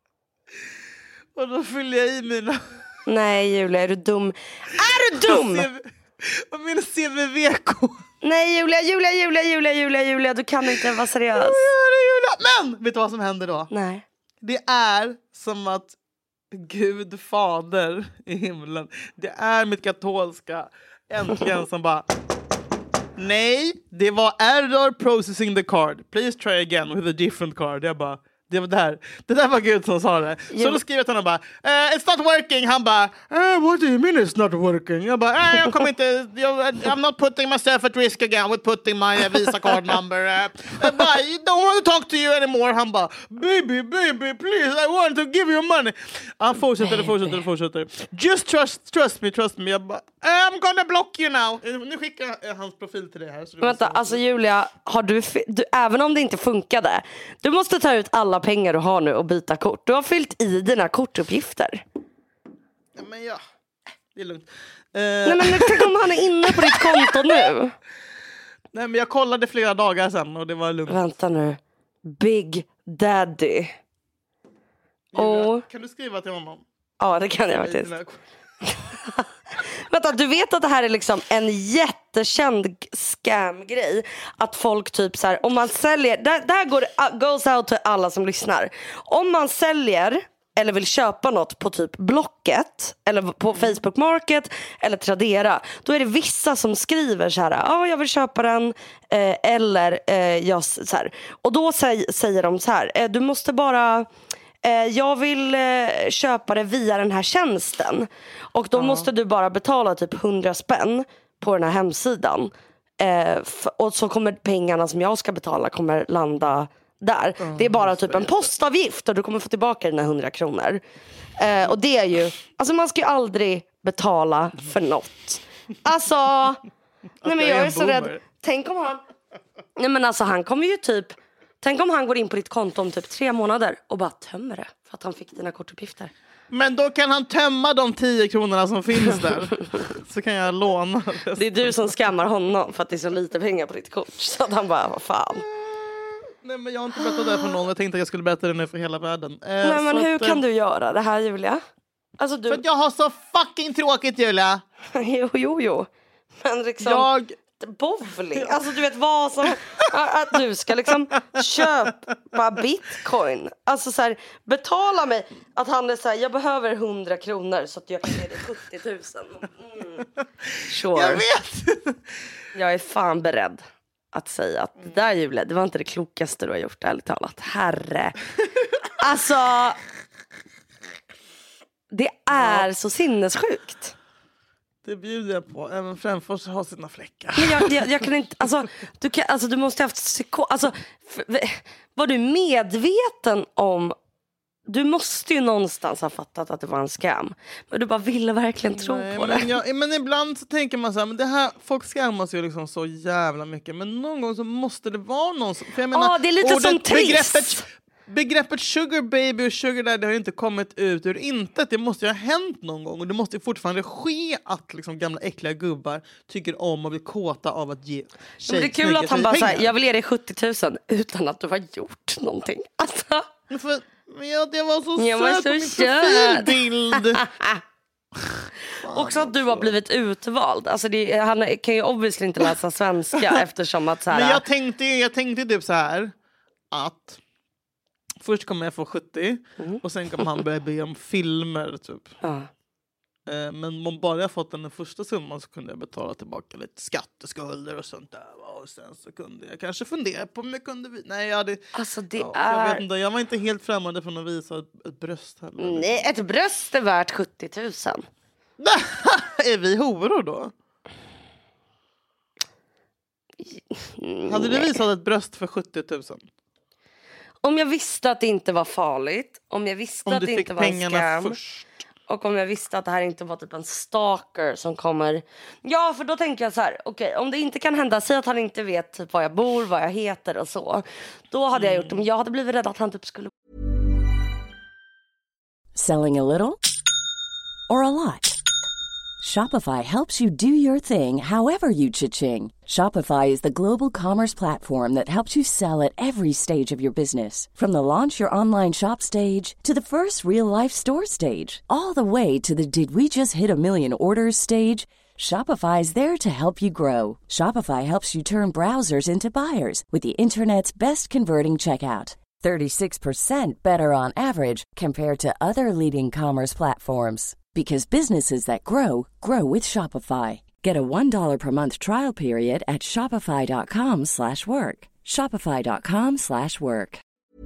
A: Och då fyller jag i mina...
B: Nej Julia, är du dum? Är du dum?
A: Och min C V V-kod.
B: Nej Julia, Julia, Julia, Julia, Julia, Julia. Du kan inte vara seriös.
A: Men, vet du vad som händer då?
B: Nej.
A: Det är som att Gud fader i himlen. Det är mitt katolska äntligen som bara... Nej, det var error processing the card. Please try again with a different card. Jag bara... Det var där. Det där var Gud som sa det. Så jo. Då skrev jag till honom bara, uh, it's not working. Han bara, uh, what do you mean it's not working? Jag bara, uh, jag kommer inte, jag, I'm not putting myself at risk again with putting my uh, Visa card number. Uh, jag bara, I don't want to talk to you anymore. Han bara, baby, baby, please, I want to give you money. Han fortsätter, fortsätter, fortsätter. Just trust, trust me, trust me. Jag bara, I'm gonna block you now. Nu skickar jag hans profil till dig här. Så du
B: Vänta, alltså Julia, har du, du, även om det inte funkade, du måste ta ut alla pengar du har nu och byta kort. Du har fyllt i dina kortuppgifter.
A: Ja, men ja, det är lugnt. Uh...
B: Nej, men tänk om han är inne på ditt konto nu.
A: Nej, men jag kollade flera dagar sedan och det var lugnt.
B: Vänta nu. Big Daddy.
A: Julia,
B: och...
A: Kan du skriva till honom?
B: Ja, det kan jag faktiskt. Vänta, du vet att det här är liksom en jättekänd scam-grej. Att folk typ så här, om man säljer, det, det här går, goes out till alla som lyssnar. Om man säljer eller vill köpa något på typ Blocket eller på Facebook Market eller Tradera, då är det vissa som skriver så här, ja jag vill köpa den eh, eller eh, jag så här. Och då säger, säger de så här, eh, du måste bara eh, jag vill eh, köpa det via den här tjänsten. Och då ja. måste du bara betala typ hundra spänn på den här hemsidan. Eh, f- och så kommer pengarna som jag ska betala kommer landa där. Mm, det är bara typ en postavgift och du kommer få tillbaka dina hundra kronor. Eh, och det är ju, alltså man ska ju aldrig betala för något. Alltså, nej men jag är så rädd. Tänk om han, nej men alltså han kommer ju typ, tänk om han går in på ditt konto om typ tre månader och bara tömmer det för att han fick dina kortuppgifter.
A: Men då kan han tömma de tio kronorna som finns där. Så kan jag låna.
B: Det är du som skammar honom för att det är så lite pengar på ditt kort. Så att han bara, vad fan.
A: Nej, men jag har inte berättat det för någon. Jag tänkte att jag skulle berätta det nu för hela världen. Eh,
B: Nej, men hur
A: att,
B: kan du göra det här, Julia? Alltså, du...
A: För att jag har så fucking tråkigt, Julia.
B: jo, jo, jo. Men liksom...
A: Jag...
B: Bowling. Alltså du vet vad som... att du ska liksom köpa bitcoin. Alltså så här, betala mig. Att han är så här, jag behöver hundra kronor så att jag kan ge dig sjuttio tusen. Mm. Sure.
A: Jag vet.
B: Jag är fan beredd att säga att det där, Julia, det var inte det klokaste du har gjort, ärligt talat. Herre. Alltså... Det är ja. så sinnessjukt.
A: Det bjuder jag på. Även Främfors har sina fläckar.
B: Men jag, jag, jag kan inte... Alltså du, kan, alltså, du måste ha haft psyko... Alltså, för, var du medveten om... Du måste ju någonstans ha fattat att det var en scam. Men du bara ville verkligen tro
A: Nej,
B: på
A: men
B: det.
A: Jag, men ibland så tänker man så här, men det här, folk skammas ju liksom så jävla mycket. Men någon gång så måste det vara någon som... För jag menar,
B: ja, det är lite
A: ordet,
B: som trist.
A: Begreppet, begreppet sugar baby och sugar daddy har ju inte kommit ut ur intet. Det måste ju ha hänt någon gång. Och det måste ju fortfarande ske att liksom gamla äckliga gubbar tycker om och blir kåta av att ge tjej,
B: men det är kul att han bara säger, jag vill ge dig sjuttio tusen utan att du har gjort någonting. Alltså...
A: För, men ja, det var så
B: jag
A: söt på min profilbild.
B: Också att du har blivit utvald. Alltså det, han kan ju obviously inte läsa svenska eftersom att så här...
A: Men jag tänkte, jag tänkte typ så här att först kommer jag få sjuttio mm. och sen kommer han börja be om filmer typ.
B: Ja.
A: Men om bara jag fått den första summan så kunde jag betala tillbaka lite skatteskulder och sånt där. Och sen så kunde jag kanske fundera på om jag kunde... Nej, jag hade...
B: Alltså det
A: ja,
B: är...
A: Jag vet inte, jag var inte helt främmande från att visa ett, ett bröst heller.
B: Nej, ett bröst är värt sjuttio tusen.
A: Är vi horor då?
B: Mm,
A: hade du visat ett bröst för sjuttio tusen?
B: Om jag visste att det inte var farligt. Om jag visste
A: om
B: att det inte var en scam.
A: Först.
B: Och om jag visste att det här inte var typ en stalker som kommer. Ja, för då tänker jag så här. Okej, okay, om det inte kan hända. Säg att han inte vet typ var jag bor, vad jag heter och så. Då hade mm. jag gjort det. Men jag hade blivit rädd att han typ skulle.
F: Selling a little or a lot? Shopify helps you do your thing however you cha-ching. Shopify is the global commerce platform that helps you sell at every stage of your business. From the launch your online shop stage to the first real-life store stage. All the way to the did we just hit a million orders stage. Shopify is there to help you grow. Shopify helps you turn browsers into buyers with the internet's best converting checkout. thirty-six percent better on average compared to other leading commerce platforms. Because businesses that grow, grow with Shopify. Get a one dollar per month trial period at shopify.com slash work. Shopify.com slash work.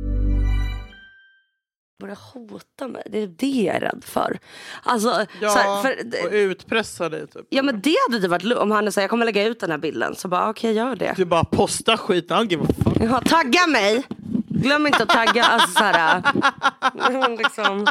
B: Börja hota mig, det är det jag är rädd för. Alltså,
A: ja,
B: så här, för,
A: och utpressa dig typ.
B: Ja, men det hade det varit om han säger jag kommer lägga ut den här bilden. Så bara, okej, okay, gör det.
A: Du bara posta skiten, give a fuck.
B: Ja, tagga mig. Glöm inte att tagga. Alltså så här, liksom.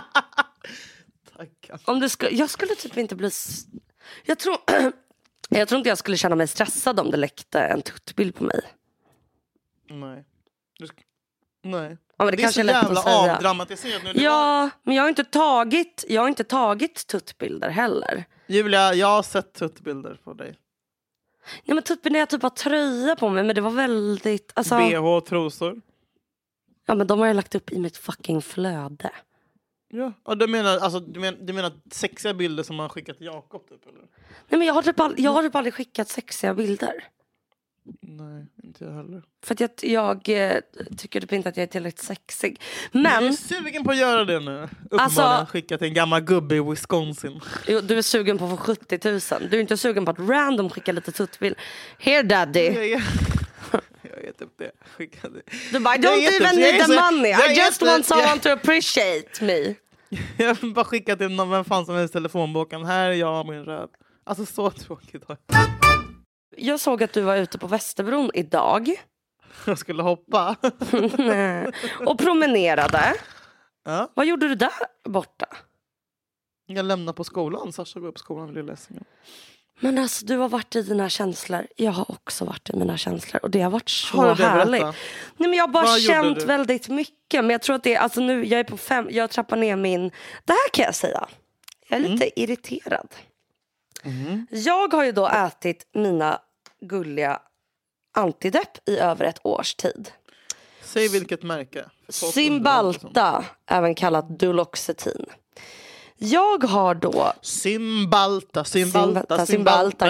B: Om det ska, jag skulle typ inte bli. Jag tror Jag tror inte jag skulle känna mig stressad om det läckte en tuttbild på mig.
A: Nej. Du sk- Nej.
B: Ja, det,
A: det
B: är
A: så jävla avdramatiserat nu. Det
B: ja,
A: var...
B: men jag har inte tagit Jag har inte tagit tuttbilder heller.
A: Julia, jag har sett tuttbilder på dig.
B: Ja, men tuttbilder jag typ har tröja på mig. Men det var väldigt alltså...
A: B H och trosor.
B: Ja, men de har jag lagt upp i mitt fucking flöde.
A: Ja, och du menar, alltså, du, men, du menar sexiga bilder som man skickat till Jakob typ, eller?
B: Nej, men jag har typ aldrig, jag har typ aldrig skickat sexiga bilder.
A: Nej, inte jag heller.
B: För att jag, jag eh, tycker typ inte att jag är tillräckligt sexig. Men...
A: Du är sugen på att göra det nu. Uppenbarligen
B: alltså,
A: skicka till en gammal gubbe i Wisconsin.
B: Jo, du är sugen på att få sjuttio tusen. Du är inte sugen på att random skicka lite tuttbild. Here daddy.
A: Jag, jag, jag är typ det. Skicka det.
B: Du bara, I don't even need the money. I just want someone to appreciate me.
A: Jag vill bara skicka till någon, vem fan som helst telefonboken. Här är jag min röd. Alltså så tråkigt.
B: Jag såg att du var ute på Västerbron idag.
A: Jag skulle hoppa.
B: Och promenerade.
A: Ja.
B: Vad gjorde du där borta?
A: Jag lämnade på skolan. Sasha går upp på skolan och blir ledsen.
B: Men alltså, du har varit i dina känslor. Jag har också varit i mina känslor. Och det har varit så
A: har
B: härligt. Nej, men jag har bara
A: Vad
B: känt väldigt mycket. Men jag tror att det är, alltså nu, jag är på fem, jag trappar ner min, det här kan jag säga. Jag är lite mm. irriterad. Mm. Jag har ju då ätit mina gulliga antidepp i över ett års tid.
A: Säg vilket märke.
B: Cymbalta, även kallat Duloxetin. Jag har då
A: Cymbalta, Cymbalta,
B: Cymbalta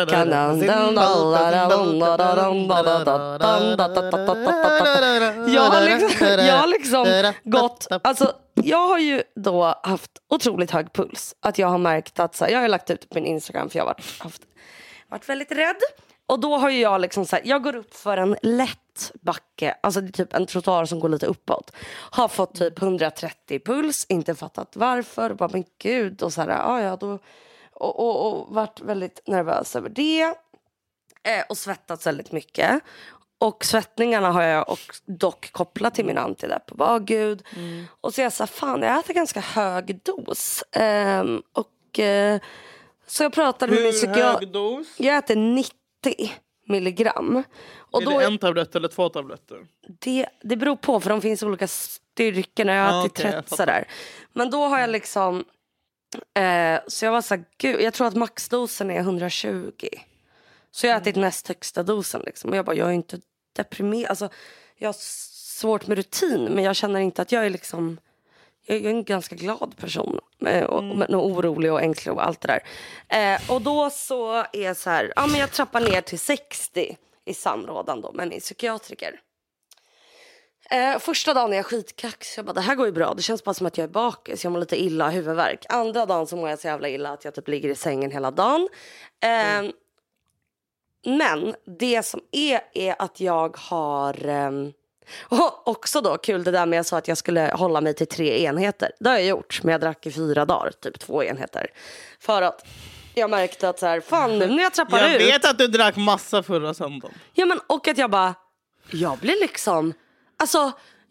B: Jag har liksom, jag har liksom gått, alltså jag har ju då haft otroligt hög puls. Att jag har märkt att så här, jag har lagt ut på min Instagram för jag har varit, haft, varit väldigt rädd. Och då har ju jag liksom så här, jag går upp för en lätt backe. Alltså det är typ en trottoar som går lite uppåt. Har fått typ hundratrettio puls. Inte fattat varför. Bara men gud. Och så här, ja ja då. Och, och, och varit väldigt nervös över det. Eh, och svettats väldigt mycket. Och svettningarna har jag och dock kopplat till min antidepp. Bara gud. Mm. Och så är jag så här, fan jag äter ganska hög dos. Eh, och eh, så jag pratade med min psykiater.
A: Hur hög dos?
B: Jag äter nittio milligram. Och
A: är
B: då,
A: det en tablett eller två tabletter?
B: Det, det beror på, för de finns olika styrkor när jag har ätit
A: okay,
B: trött sådär. Men då har jag liksom eh, så jag var så här, gud, jag tror att maxdosen är hundratjugo. Så jag har ätit mm. näst högsta dosen liksom. Och jag bara, jag är inte deprimerad. Alltså, jag har svårt med rutin, men jag känner inte att jag är liksom, jag är en ganska glad person och, och, och orolig och ängslig och allt det där. Eh, och då så är jag så här, ja men jag trappar ner till sextio i samrådan då med min psykiatriker. Eh, första dagen är jag skitkax. Jag bara, det här går ju bra. Det känns bara som att jag är bakis. Jag mår lite illa, huvudvärk. Andra dagen så mår jag så jävla illa att jag typ ligger i sängen hela dagen. Eh, mm. Men det som är är att jag har... Eh, och också då kul det där med jag sa att jag skulle hålla mig till tre enheter. Det har jag gjort, men jag drack i fyra dagar, typ två enheter. För att jag märkte att så här, fan nu när jag trappar
A: jag
B: ut.
A: Jag vet att du drack massa förra söndagen.
B: Ja men och att jag bara, jag blir liksom, alltså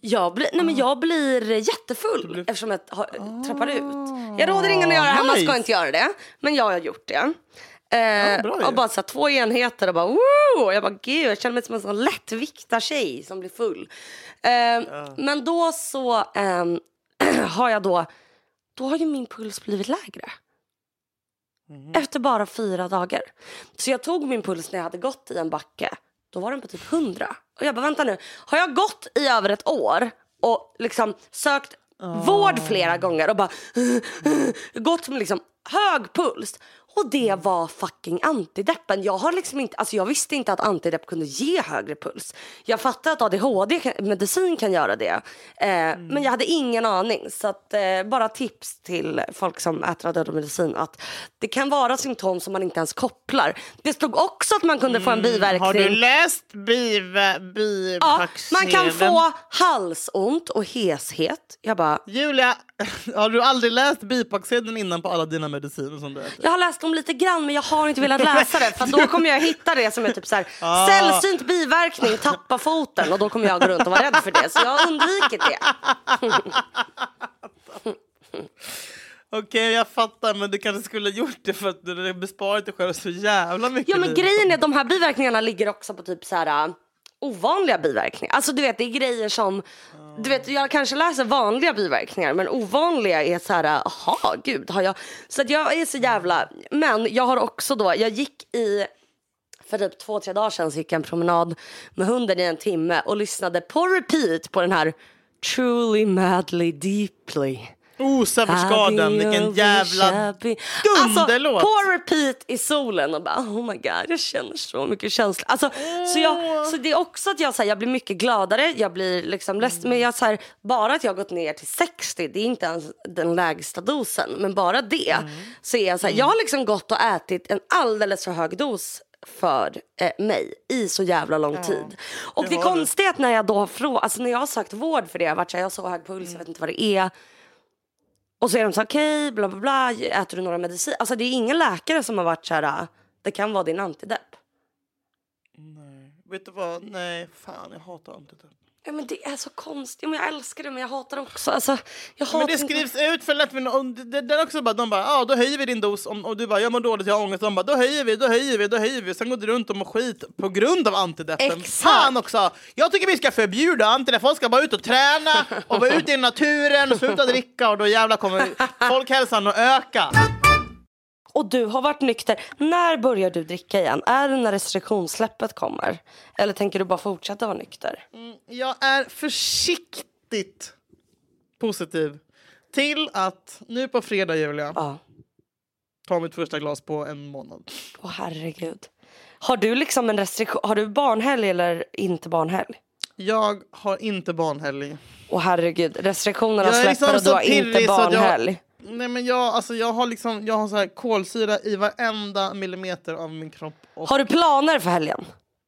B: Jag blir, nej men jag blir jättefull blir... eftersom jag har, ah, trappar ut. Jag råder ingen att göra det här, nice. Man ska inte göra det. Men jag har gjort det. Eh, ja, bra, och bara så här, två enheter och bara woo! Jag bara gud, jag känner mig som en sån lättvikta tjej som blir full. Eh, ja. Men då så eh, har jag då då har ju min puls blivit lägre. Mm. Efter bara fyra dagar. Så jag tog min puls när jag hade gått i en backe. Då var den på typ hundra. Och jag bara, vänta nu. Har jag gått i över ett år och liksom sökt oh. vård flera gånger och bara uh, uh, gått med liksom hög puls. Och det var fucking antideppen. Jag har liksom inte, alltså jag visste inte att antidepp kunde ge högre puls. Jag fattar att A D H D-medicin kan göra det. Eh, mm. Men jag hade ingen aning. Så att, eh, bara tips till folk som äter A D H D-medicin. Att det kan vara symptom som man inte ens kopplar. Det stod också att man kunde mm. få en biverkning. Har
A: du läst biv- bipacksedeln?
B: Ja, man kan få halsont och heshet. Jag bara...
A: Julia, har du aldrig läst bipacksedeln innan på alla dina mediciner som du äter?
B: Jag har läst om lite grann, men jag har inte velat läsa det. För då kommer jag hitta det som är typ så här ah. sällsynt biverkning, tappa foten. Och då kommer jag gå runt och vara rädd för det. Så jag har undvikit det.
A: Okej, okay, jag fattar, men du kanske skulle gjort det för att du besparat dig själv så jävla mycket.
B: Ja, men grejen är att de här biverkningarna ligger också på typ så här uh, ovanliga biverkningar. Alltså du vet, det är grejer som du vet, jag kanske läser vanliga biverkningar, men ovanliga är så här, aha, gud, har jag... Så att jag är så jävla... Men jag har också då, jag gick i... För typ två, tre dagar sedan så gick jag en promenad med hunden i en timme och lyssnade på repeat på den här Truly, Madly, Deeply.
A: Oh, Säversgaden, vilken jävla dunderlåt.
B: Alltså, på repeat i solen och bara, oh my god, jag känner så mycket känsla. Alltså, oh. så, jag, så det är också att jag, så här, jag blir mycket gladare, jag blir liksom ledsen, men jag, så här, bara att jag har gått ner till sextio, det är inte ens den lägsta dosen, men bara det, mm. så är jag så här, jag har liksom gått och ätit en alldeles för hög dos för eh, mig i så jävla lång ja, tid. Och det, det är konstigt att när jag då har frå- alltså när jag har sökt vård för det, jag har varit så här, jag har så hög puls, mm. jag vet inte vad det är. Och så är de så okej, okay, bla bla bla, äter du några medicin? Alltså det är ingen läkare som har varit så här, det kan vara din antidepp.
A: Nej, vet du vad? Nej, fan, jag hatar antidepp.
B: Ja, men det är så konstigt. Ja, men jag älskar det, men jag hatar det också. Alltså, jag hatar
A: men det skrivs inte... ut för lätt. Men det, det är också bara, de bara, ja, ah, då höjer vi din dos. Om, och du bara, jag mår dåligt, jag har ångest. De bara, då höjer vi, då höjer vi, då höjer vi. Sen går du runt och mår skit på grund av antideppen.
B: Exakt.
A: Fan också. Jag tycker vi ska förbjuda antidepp. Folk ska bara ut och träna och vara ute i naturen och sluta dricka. Och då jävla kommer folkhälsan att öka.
B: Och du har varit nykter. När börjar du dricka igen? Är det när restriktionssläppet kommer? Eller tänker du bara fortsätta vara nykter?
A: Mm, jag är försiktigt positiv till att nu på fredag, Julia,
B: ja.
A: ta mitt första glas på en månad.
B: Åh, herregud. Har du liksom en restriktion? Har du barnhelg eller inte barnhelg?
A: Jag har inte barnhelg.
B: Åh, herregud. Restriktionerna släpper liksom och du har inte barnhelg.
A: Nej, men jag, alltså, jag har liksom jag har så här kolsyra i varenda millimeter av min kropp. Och...
B: Har du planer för helgen?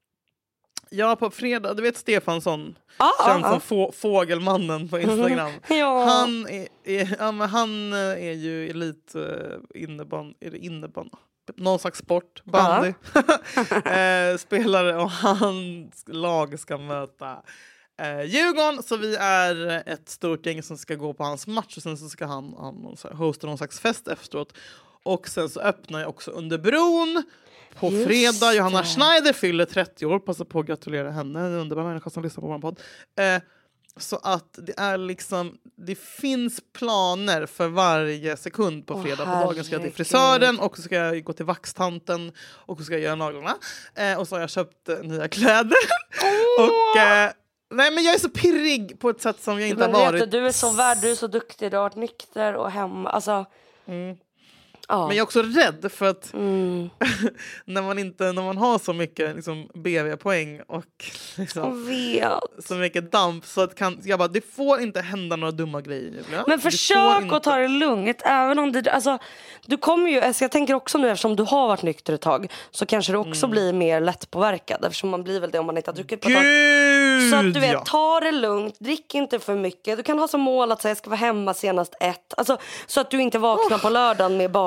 A: Ja, på fredag, du vet Stefansson,
B: ah,
A: känd
B: ah,
A: som
B: ah.
A: Få, Fågelmannen på Instagram.
B: ja.
A: Han är, är, ja, men han är ju elit uh, inneban, är det inneban? Någon slags sport, bandy. eh, spelare, och hans lag ska möta Eh, Djurgården, så vi är ett stort gäng som ska gå på hans match och sen så ska han, han hosta någon slags fest efteråt. Och sen så öppnar jag också under bron på Just fredag. Det. Johanna Schneider fyller trettio år, passa på att gratulera henne, en underbar människa som lyssnar på vår podd. Eh, så att det är liksom, det finns planer för varje sekund på fredag. Oh, på dagen ska jag till frisören och så ska jag gå till vaxtanten och så ska jag göra naglarna. Eh, och så har jag köpt eh, nya kläder. Oh. och eh, Nej, men jag är så pirrig på ett sätt som jag inte men har varit.
B: Du, du är så värd, du är så duktig, du har varit nykter och hemma. Alltså,
A: mm. ja. Men jag är också rädd för att mm. när man inte när man har så mycket liksom, B V-poäng och liksom, så mycket damp så att kan, jag bara, det får inte hända några dumma grejer. Ja?
B: Men försök att ta det lugnt, även om det, alltså, du kommer ju, alltså, jag tänker också nu eftersom du har varit nykter ett tag så kanske du också mm. blir mer lättpåverkad eftersom man blir väl det om man inte har druckit på ett tag. Så att du vet, ja. ta det lugnt, drick inte för mycket. Du kan ha som mål att säga jag ska vara hemma senast ett. Alltså, så att du inte vaknar oh. på lördagen med bak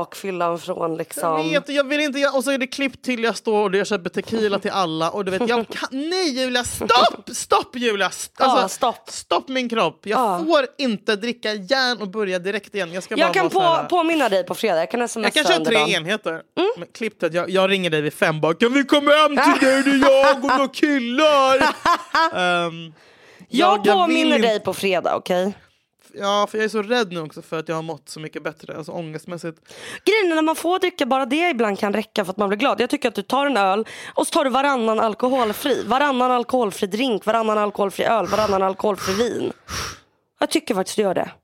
B: bakfyllan från liksom...
A: Jag vet, jag vill inte, jag, och så är det klipp till jag står och jag köper tequila till alla och du vet, jag kan, nej Julia, stopp, stopp Julia, st- alltså,
B: ja, stopp.
A: stopp min kropp, jag ja. får inte dricka järn och börja direkt igen. Jag, ska
B: jag
A: bara
B: kan på,
A: här,
B: påminna dig på fredag, jag kan smsa
A: jag kan köra tre
B: dagen.
A: enheter. Mm. Men klipp till, jag, jag ringer dig vid fem bara, kan vi komma hem till dig, det är jag och några killar. um,
B: jag, jag påminner jag dig på fredag, okej? Okay?
A: Ja, för jag är så rädd nu också för att jag har mått så mycket bättre, alltså ångestmässigt.
B: Grejen är när man får dricka, bara det ibland kan räcka för att man blir glad. Jag tycker att du tar en öl och så tar du varannan alkoholfri. Varannan alkoholfri drink, varannan alkoholfri öl, varannan alkoholfri vin. Jag tycker faktiskt du gör det.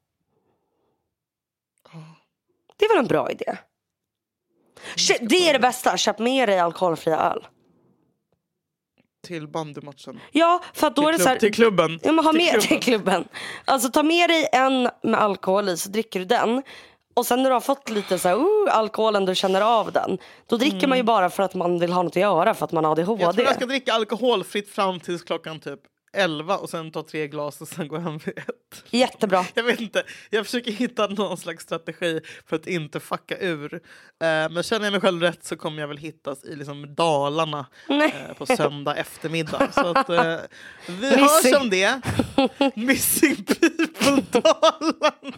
B: Det är väl en bra idé. Det är det bästa, köp med dig alkoholfria öl.
A: Till bandymatchen.
B: Ja, för att då
A: till
B: är det så här,
A: till klubben.
B: Ja, men ha
A: till
B: med
A: klubben.
B: till klubben. Alltså ta med dig en med alkohol i, så dricker du den. Och sen när du har fått lite så här, uh, alkoholen, du känner av den. Då dricker mm. man ju bara för att man vill ha något att göra, för att man har A D H D.
A: Jag tror jag ska dricka alkoholfritt fram till klockan typ elva och sen ta tre glas och sen gå hem vid ett.
B: Jättebra.
A: Jag vet inte, jag försöker hitta någon slags strategi för att inte fucka ur. Uh, men känner jag mig själv rätt så kommer jag väl hittas i liksom Dalarna uh, på söndag eftermiddag. Så att uh, vi hörs om det. Missing people Dalarna.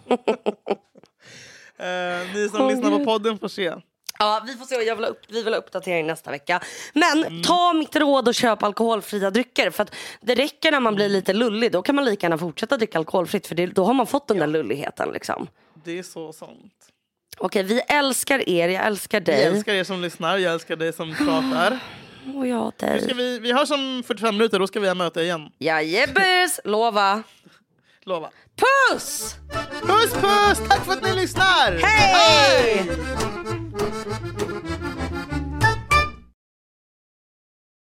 A: uh, ni som oh, lyssnar på podden får se.
B: Ja, vi får se. Jag vill ha upp, vi vill ha uppdatering nästa vecka. Men mm. ta mitt råd och köp alkoholfria drycker. För att det räcker när man blir lite lullig. Då kan man lika gärna fortsätta dricka alkoholfritt. För det, då har man fått den ja. där lulligheten liksom.
A: Det är så sant.
B: Okej, vi älskar er. Jag älskar dig.
A: Jag älskar er som lyssnar. Jag älskar dig som pratar.
B: Och jag dig.
A: Ska vi, vi har som fyrtiofem minuter. Då ska vi möta igen.
B: Ja, jebbes. Lova.
A: Lova.
B: Puss!
A: Puss, puss! Tack för att ni lyssnar!
B: Hej!
A: Hej!